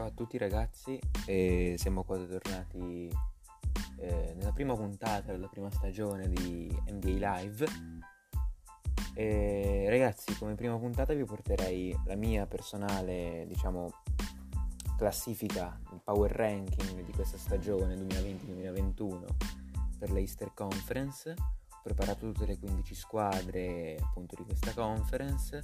Ciao a tutti ragazzi, e siamo qua tornati nella prima puntata della prima stagione di NBA Live. E ragazzi, come prima puntata vi porterei la mia personale, classifica, il power ranking di questa stagione 2020-2021 per la Easter Conference. Ho preparato tutte le 15 squadre appunto di questa conference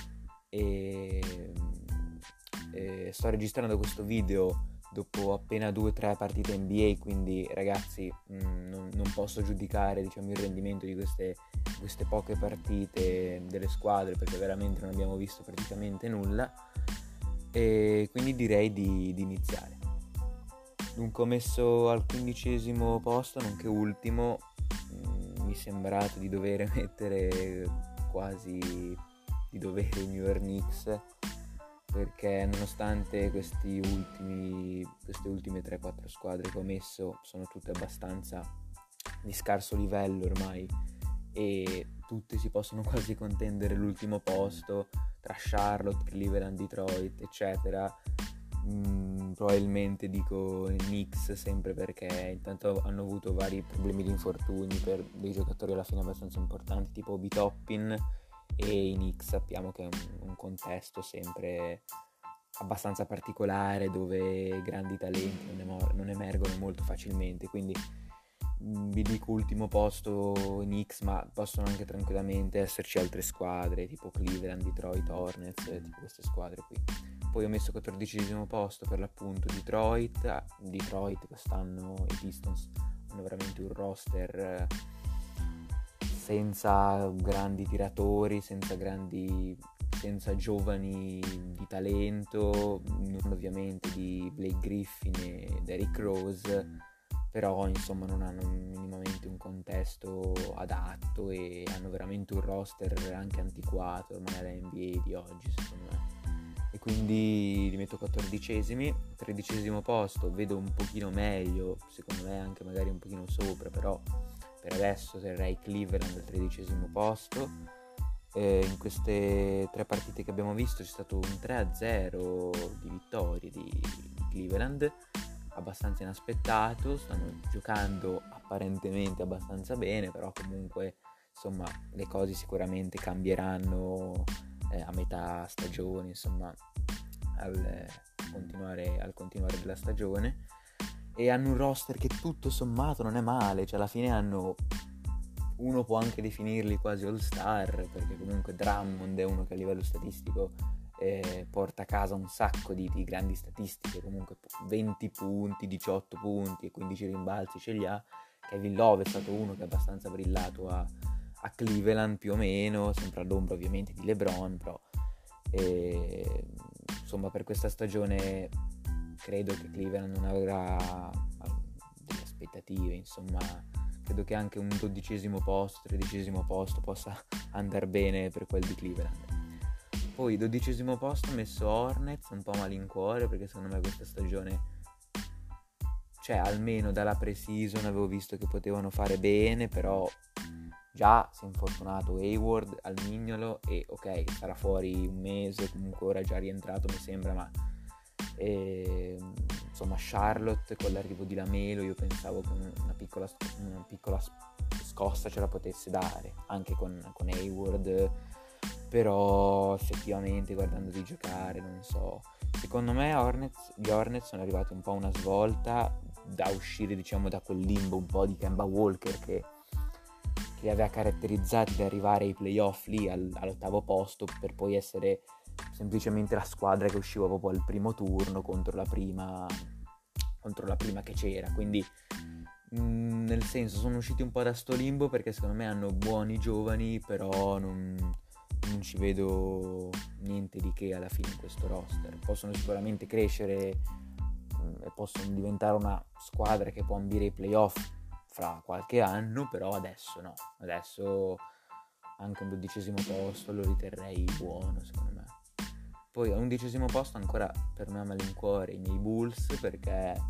e sto registrando questo video dopo appena 2-3 partite NBA, quindi ragazzi non posso giudicare il rendimento di queste poche partite delle squadre, perché veramente non abbiamo visto praticamente nulla, e quindi direi di iniziare. Dunque, ho messo al 15° posto, nonché ultimo, mi è sembrato di dover mettere quasi di dovere i New York Knicks, perché nonostante queste ultime 3-4 squadre che ho messo sono tutte abbastanza di scarso livello ormai e tutte si possono quasi contendere l'ultimo posto tra Charlotte, Cleveland, Detroit eccetera, probabilmente dico Knicks, sempre perché intanto hanno avuto vari problemi di infortuni per dei giocatori alla fine abbastanza importanti, tipo Obi Toppin, e i Knicks sappiamo che è un contesto sempre abbastanza particolare dove grandi talenti non emergono molto facilmente, quindi vi dico ultimo posto Knicks, ma possono anche tranquillamente esserci altre squadre tipo Cleveland, Detroit, Hornets, tipo queste squadre qui. Poi ho messo 14° posto per l'appunto Detroit quest'anno i Pistons hanno veramente un roster senza grandi tiratori, senza giovani di talento, non ovviamente di Blake Griffin e Derrick Rose, però insomma non hanno minimamente un contesto adatto e hanno veramente un roster anche antiquato ormai alla NBA di oggi, secondo me. E quindi li metto 14°. 13° posto vedo un pochino meglio, secondo me anche magari un pochino sopra, però per adesso terrei Cleveland al 13° posto. In queste 3 partite che abbiamo visto c'è stato un 3-0 di vittorie di Cleveland, abbastanza inaspettato. Stanno giocando apparentemente abbastanza bene, però comunque insomma le cose sicuramente cambieranno a metà stagione, insomma al continuare della stagione, e hanno un roster che tutto sommato non è male, cioè alla fine uno può anche definirli quasi all star, perché comunque Drummond è uno che a livello statistico porta a casa un sacco di grandi statistiche, comunque 20 punti, 18 punti e 15 rimbalzi ce li ha. Kevin Love è stato uno che è abbastanza brillato a Cleveland più o meno, sempre all'ombra ovviamente di LeBron, però insomma per questa stagione credo che Cleveland non avrà delle aspettative, insomma credo che anche un 12° posto, 13° posto possa andare bene per quel di Cleveland. Poi 12° posto ho messo Hornets, un po' a malincuore, perché secondo me questa stagione, cioè almeno dalla pre-season avevo visto che potevano fare bene, però già si è infortunato Hayward al mignolo e ok, sarà fuori un mese, comunque ora è già rientrato mi sembra, ma insomma Charlotte con l'arrivo di Lamelo io pensavo che una piccola scossa ce la potesse dare anche con Hayward, però effettivamente guardando di giocare non so, secondo me gli Hornets sono arrivati un po' a una svolta da uscire da quel limbo un po' di Kemba Walker che li aveva caratterizzati da arrivare ai playoff lì all'8° posto, per poi essere semplicemente la squadra che usciva proprio al primo turno contro la prima che c'era, quindi nel senso sono usciti un po' da sto limbo, perché secondo me hanno buoni giovani, però non ci vedo niente di che alla fine in questo roster. Possono sicuramente crescere e possono diventare una squadra che può ambire ai playoff fra qualche anno, però adesso no, adesso anche un 12° posto lo riterrei buono secondo me. Poi a 11° posto ancora per me a malincuore i miei Bulls, perché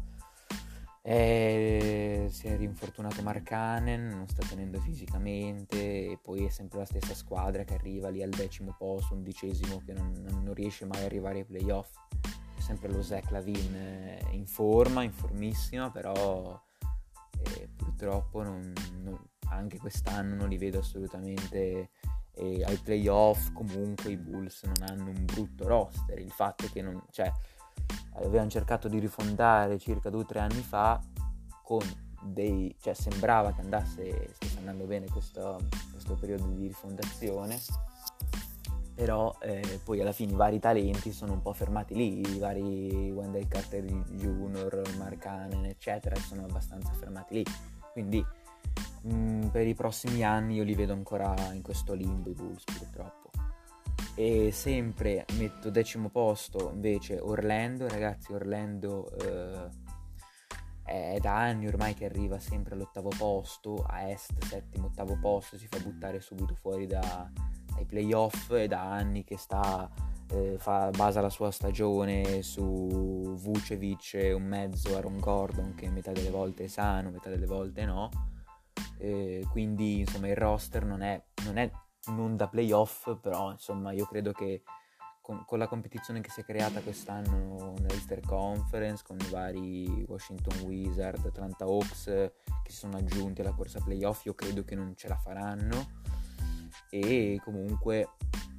si è rinfortunato Markkanen, non sta tenendo fisicamente, e poi è sempre la stessa squadra che arriva lì al 10° posto, 11° che non riesce mai ad arrivare ai playoff. sempre lo Zach LaVine in formissima, però purtroppo anche quest'anno non li vedo assolutamente ai playoff. Comunque i Bulls non hanno un brutto roster, il fatto è che avevano cercato di rifondare circa 2 o 3 anni fa con sembrava che stesse andando bene questo periodo di rifondazione, però poi alla fine i vari talenti sono un po' fermati lì, i vari Wendell Carter Jr., Mark Cannon eccetera sono abbastanza fermati lì, quindi per i prossimi anni io li vedo ancora in questo limbo i Bulls, purtroppo. E sempre metto 10° posto invece Orlando. Ragazzi, Orlando è da anni ormai che arriva sempre all'8° posto, a est 7º, 8° posto, si fa buttare subito fuori dai playoff, e da anni che basa la sua stagione su Vucevic, un mezzo Aaron Gordon che metà delle volte è sano, metà delle volte no, quindi insomma il roster non è non da playoff, però insomma io credo che con la competizione che si è creata quest'anno nell'Eastern Conference, con i vari Washington Wizards, Atlanta Hawks che si sono aggiunti alla corsa playoff, io credo che non ce la faranno, e comunque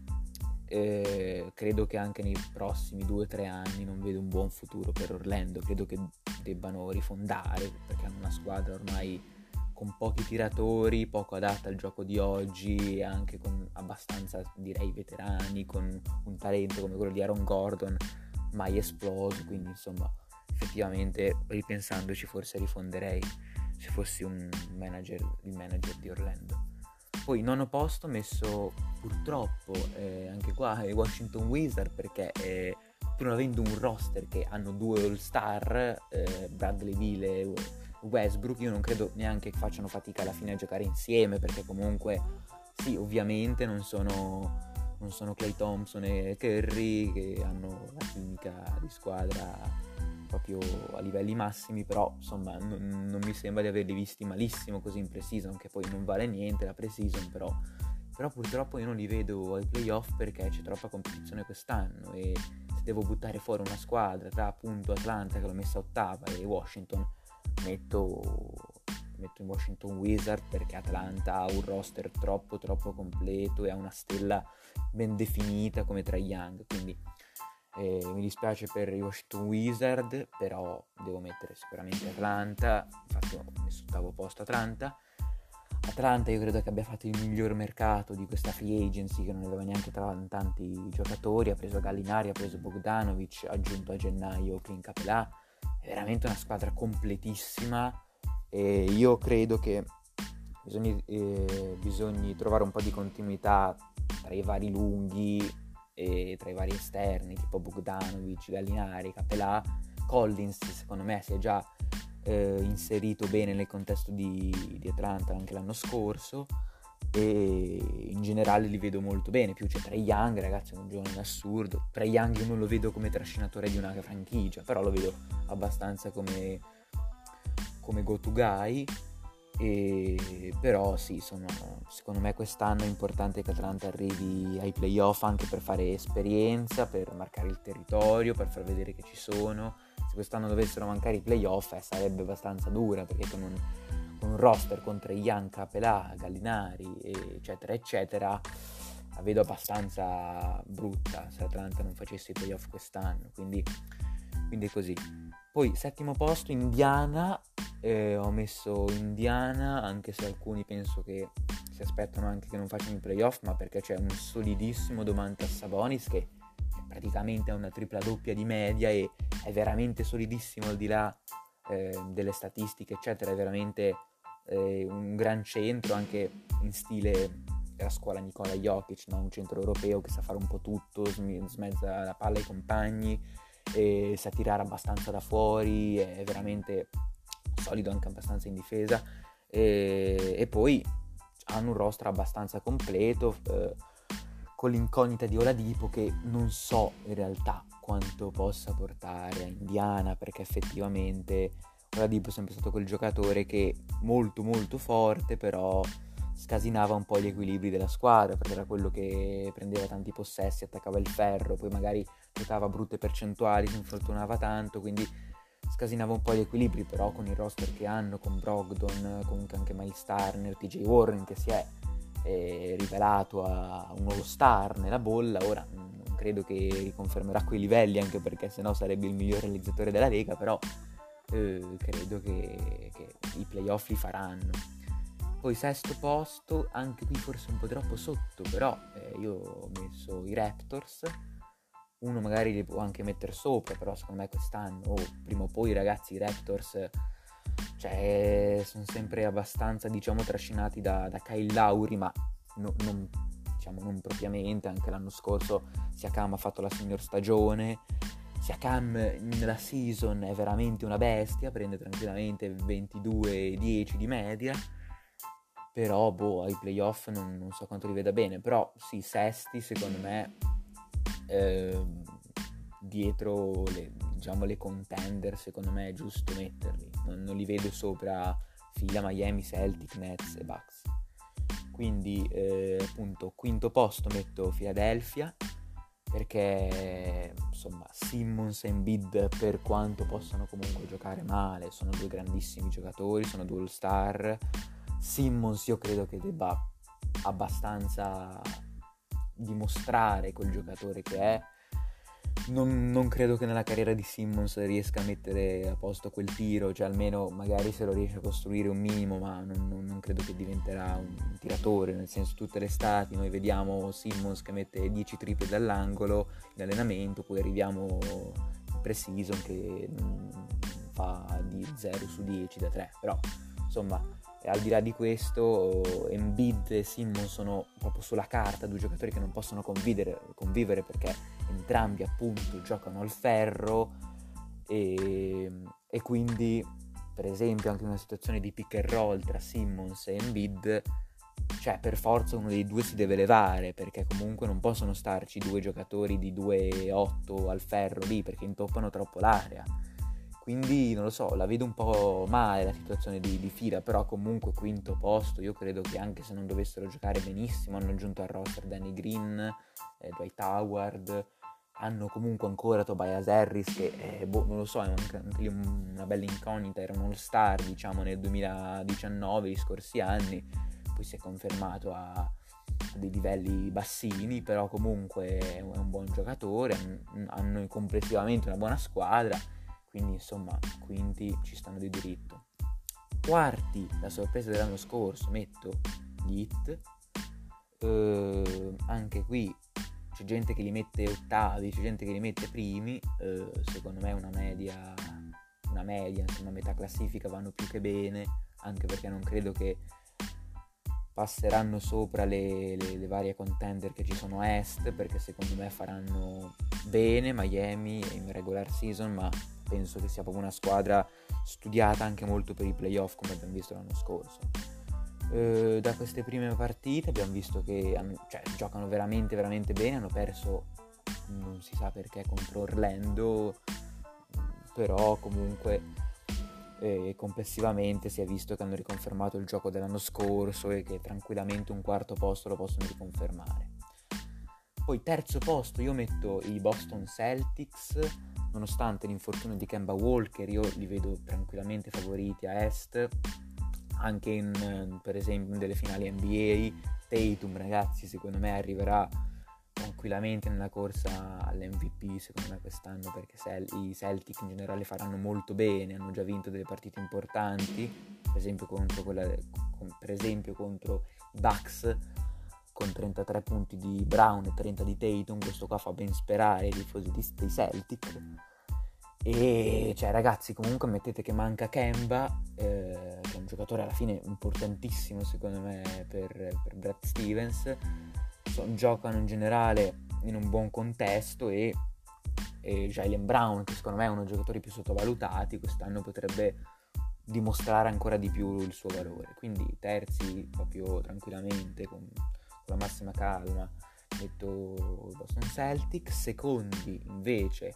credo che anche nei prossimi 2 o 3 anni non vedo un buon futuro per Orlando. Credo che debbano rifondare, perché hanno una squadra ormai con pochi tiratori, poco adatta al gioco di oggi, e anche con abbastanza, direi, veterani, con un talento come quello di Aaron Gordon mai esploso. Quindi insomma, effettivamente, ripensandoci, forse rifonderei se fossi il manager di Orlando. Poi 9° posto messo purtroppo anche qua i Washington Wizards, perché pur avendo un roster che hanno 2 All-Star, Bradley Beal e Westbrook, io non credo neanche che facciano fatica alla fine a giocare insieme, perché comunque sì, ovviamente non sono Klay Thompson e Curry che hanno la chimica di squadra proprio a livelli massimi, però insomma non mi sembra di averli visti malissimo così in pre-season, che poi non vale niente la pre-season, però purtroppo io non li vedo ai playoff perché c'è troppa competizione quest'anno, e se devo buttare fuori una squadra tra appunto Atlanta, che l'ho messa 8ª, e Washington, metto in Washington Wizards, perché Atlanta ha un roster troppo completo e ha una stella ben definita come Trae Young, quindi mi dispiace per i Washington Wizards, però devo mettere sicuramente Atlanta. Infatti ho messo 8° posto Atlanta. Io credo che abbia fatto il miglior mercato di questa free agency, che non aveva neanche tanti giocatori, ha preso Gallinari, ha preso Bogdanovic, ha aggiunto a gennaio Clint Capela, è veramente una squadra completissima, e io credo che bisogna trovare un po' di continuità tra i vari lunghi e tra i vari esterni, tipo Bogdanovic, Gallinari, Capela. Collins secondo me si è già inserito bene nel contesto di Atlanta anche l'anno scorso, e in generale li vedo molto bene. Più c'è Trae Young, ragazzi, è un giovane assurdo. Trae Young io non lo vedo come trascinatore di una franchigia, però lo vedo abbastanza come go to guy. Però sì, secondo me quest'anno è importante che Atlanta arrivi ai playoff, anche per fare esperienza, per marcare il territorio, per far vedere che ci sono. Se quest'anno dovessero mancare i playoff sarebbe abbastanza dura, perché con un roster con Trae Young, Capela, Gallinari eccetera eccetera, la vedo abbastanza brutta se Atlanta non facesse i playoff quest'anno, quindi è così. Poi 7° posto Indiana. Ho messo Indiana, anche se alcuni penso che si aspettano anche che non facciano i playoff, ma perché c'è un solidissimo Domantas Sabonis che praticamente ha una tripla doppia di media e è veramente solidissimo, al di là delle statistiche eccetera. È veramente un gran centro, anche in stile della scuola Nikola Jokic, no? Un centro europeo che sa fare un po' tutto, smezza la palla ai compagni e sa tirare abbastanza da fuori, è veramente solido anche abbastanza in difesa, e poi hanno un roster abbastanza completo, con l'incognita di Oladipo, che non so in realtà quanto possa portare a Indiana, perché effettivamente Oladipo è sempre stato quel giocatore che molto molto forte, però scasinava un po' gli equilibri della squadra, perché era quello che prendeva tanti possessi, attaccava il ferro, poi magari giocava brutte percentuali, si infortunava tanto, quindi scasinava un po' gli equilibri. Però con il roster che hanno, con Brogdon, comunque anche Miles Turner, TJ Warren che si è rivelato a un nuovo star nella bolla, ora non credo che riconfermerà quei livelli, anche perché sennò sarebbe il miglior realizzatore della Lega, però credo che i playoff li faranno. Poi sesto posto, anche qui forse un po' troppo sotto, però io ho messo i Raptors. Uno magari li può anche mettere sopra, però secondo me quest'anno prima o poi ragazzi i Raptors sono sempre abbastanza, diciamo, trascinati da Kyle Lowry, ma non propriamente. Anche l'anno scorso Siakam ha fatto la signor stagione. Siakam nella season è veramente una bestia, prende tranquillamente 22-10 di media, però ai playoff non so quanto li veda bene. Però sì, sesti secondo me dietro le contender, secondo me è giusto metterli, non li vedo sopra fila Miami, Celtic, Nets e Bucks. Quindi appunto quinto posto metto Philadelphia, perché insomma Simmons e Embiid, per quanto possano comunque giocare male, sono due grandissimi giocatori, sono due all-star. Simmons io credo che debba abbastanza dimostrare quel giocatore che è. Non credo che nella carriera di Simmons riesca a mettere a posto quel tiro, cioè almeno magari se lo riesce a costruire un minimo, ma non credo che diventerà un tiratore, nel senso tutte le estati noi vediamo Simmons che mette 10 triple dall'angolo in allenamento, poi arriviamo in pre-season che fa di 0 su 10 da 3, però insomma al di là di questo Embiid e Simmons sono proprio sulla carta due giocatori che non possono convivere perché entrambi appunto giocano al ferro e quindi per esempio anche in una situazione di pick and roll tra Simmons e Embiid, cioè per forza uno dei due si deve levare, perché comunque non possono starci due giocatori di 2-8 al ferro lì, perché intoppano troppo l'area. Quindi non lo so, la vedo un po' male la situazione di fila, però comunque quinto posto. Io credo che anche se non dovessero giocare benissimo, hanno aggiunto al roster Danny Green, Dwight Howard, hanno comunque ancora Tobias Harris che non lo so, è anche lì una bella incognita, era un all-star diciamo nel 2019, gli scorsi anni, poi si è confermato a dei livelli bassini, però comunque è un buon giocatore, hanno complessivamente una buona squadra. Quindi insomma quinti ci stanno di diritto. Quarti, la sorpresa dell'anno scorso, metto gli Heat. Anche qui c'è gente che li mette ottavi, c'è gente che li mette primi. Secondo me una media, insomma metà classifica vanno più che bene, anche perché non credo che passeranno sopra le varie contender che ci sono a est, perché secondo me faranno bene Miami in regular season, ma penso che sia proprio una squadra studiata anche molto per i playoff, come abbiamo visto l'anno scorso. Da queste prime partite abbiamo visto che giocano veramente veramente bene. Hanno perso non si sa perché contro Orlando, però comunque complessivamente si è visto che hanno riconfermato il gioco dell'anno scorso e che tranquillamente un quarto posto lo possono riconfermare. Poi terzo posto io metto i Boston Celtics. Nonostante l'infortunio di Kemba Walker, io li vedo tranquillamente favoriti a est, anche per esempio in delle finali NBA. Tatum, ragazzi, secondo me arriverà tranquillamente nella corsa all'MVP secondo me quest'anno, perché i Celtic in generale faranno molto bene, hanno già vinto delle partite importanti, per esempio contro i Bucks con 33 punti di Brown e 30 di Tatum. Questo qua fa ben sperare i tifosi dei Celtic. E cioè ragazzi, comunque mettete che manca Kemba, che è un giocatore alla fine importantissimo secondo me per Brad Stevens. Giocano in generale in un buon contesto e Jaylen Brown, che secondo me è uno dei giocatori più sottovalutati, quest'anno potrebbe dimostrare ancora di più il suo valore. Quindi terzi proprio tranquillamente con la massima calma metto Boston Celtics. Secondi invece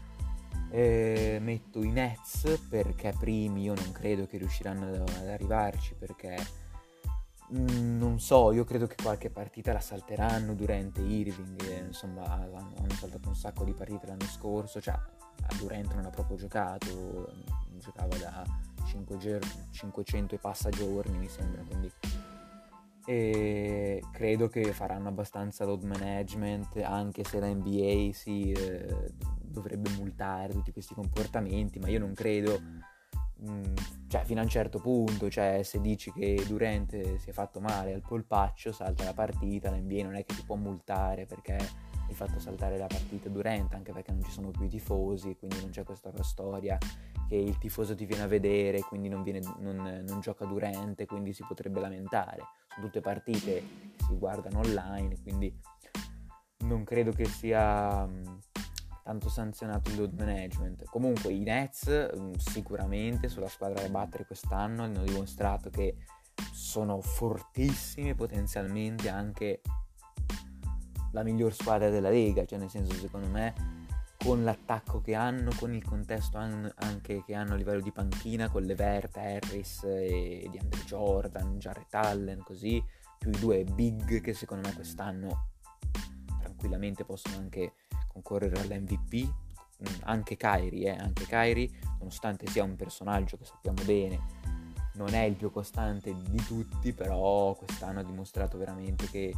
metto i Nets, perché primi io non credo che riusciranno ad arrivarci, perché Non so, io credo che qualche partita la salteranno durante Irving, insomma hanno saltato un sacco di partite l'anno scorso, cioè Durant non ha proprio giocato, giocava da 500 e passa giorni mi sembra, quindi e credo che faranno abbastanza load management, anche se la NBA dovrebbe multare tutti questi comportamenti, ma io non credo, cioè fino a un certo punto, cioè se dici che Durant si è fatto male al polpaccio, salta la partita, la NBA non è che ti può multare perché hai fatto saltare la partita Durant, anche perché non ci sono più i tifosi, quindi non c'è questa storia che il tifoso ti viene a vedere, quindi non gioca Durant, quindi si potrebbe lamentare. Sono tutte partite che si guardano online, quindi non credo che sia tanto sanzionato il load management. Comunque i Nets sicuramente sulla squadra da battere quest'anno hanno dimostrato che sono fortissimi, potenzialmente anche la miglior squadra della Lega, cioè nel senso, secondo me, con l'attacco che hanno, con il contesto anche che hanno a livello di panchina, con Levert, Harris e di Andre Jordan, Jarrett Allen, così, più i due big che secondo me quest'anno tranquillamente possono anche concorrere all'MVP, anche Kyrie, nonostante sia un personaggio che sappiamo bene non è il più costante di tutti, però quest'anno ha dimostrato veramente che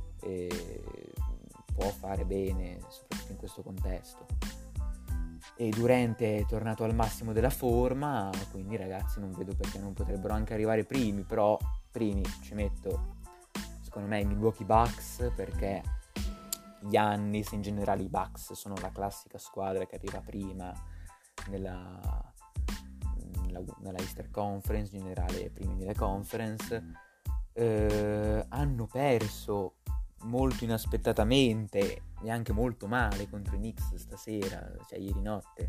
può fare bene, soprattutto in questo contesto. E Durant è tornato al massimo della forma, quindi ragazzi non vedo perché non potrebbero anche arrivare primi, però primi ci metto secondo me i Milwaukee Bucks, perché Giannis, in generale i Bucks sono la classica squadra che arriva prima nella Eastern Conference, in generale primi nelle conference. Hanno perso molto inaspettatamente e anche molto male contro i Knicks stasera, cioè ieri notte,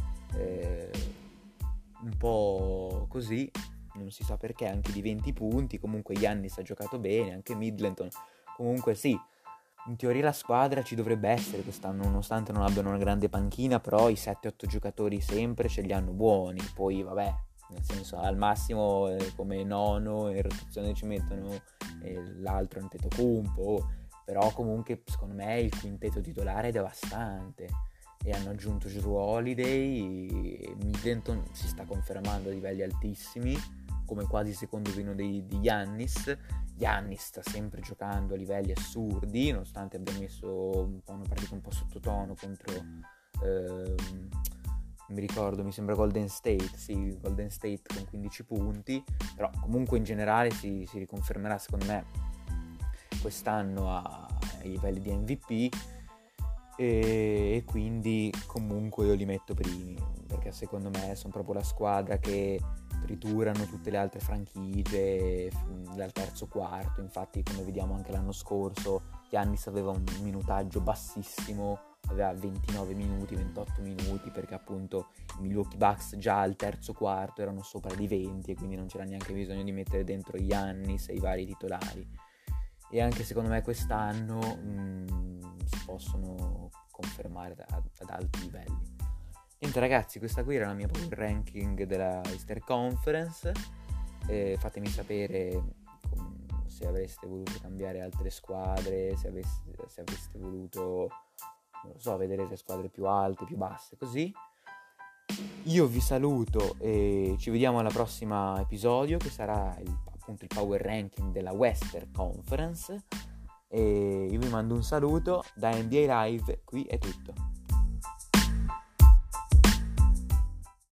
un po' così, non si sa perché, anche di 20 punti. Comunque Giannis ha giocato bene, anche Middleton, comunque sì, in teoria la squadra ci dovrebbe essere quest'anno, nonostante non abbiano una grande panchina, però i 7-8 giocatori sempre ce li hanno buoni. Poi vabbè, nel senso, al massimo come nono in rotazione ci mettono l'altro Antetokounmpo, però comunque secondo me il quintetto titolare è devastante, e hanno aggiunto Jrue Holiday e Middleton si sta confermando a livelli altissimi come quasi secondo vino di Giannis. Giannis sta sempre giocando a livelli assurdi, nonostante abbia messo una partita un po' sottotono contro non mi ricordo, mi sembra Golden State con 15 punti, però comunque in generale si riconfermerà secondo me quest'anno ai livelli di MVP, e quindi comunque io li metto primi, perché secondo me sono proprio la squadra che triturano tutte le altre franchigie dal terzo quarto. Infatti, come vediamo anche l'anno scorso, Giannis aveva un minutaggio bassissimo, aveva 29 minuti, 28 minuti, perché appunto i Milwaukee Bucks già al terzo quarto erano sopra di 20 e quindi non c'era neanche bisogno di mettere dentro Giannis e i vari titolari. E anche secondo me quest'anno si possono confermare ad alti livelli. Niente ragazzi, questa qui era la mia power ranking della Eastern Conference. Fatemi sapere se avreste voluto cambiare altre squadre, se avreste voluto, non lo so, vedere le squadre più alte, più basse, così. Io vi saluto e ci vediamo al prossimo episodio, che sarà appunto il power ranking della Western Conference, e io vi mando un saluto da NBA Live. Qui è tutto.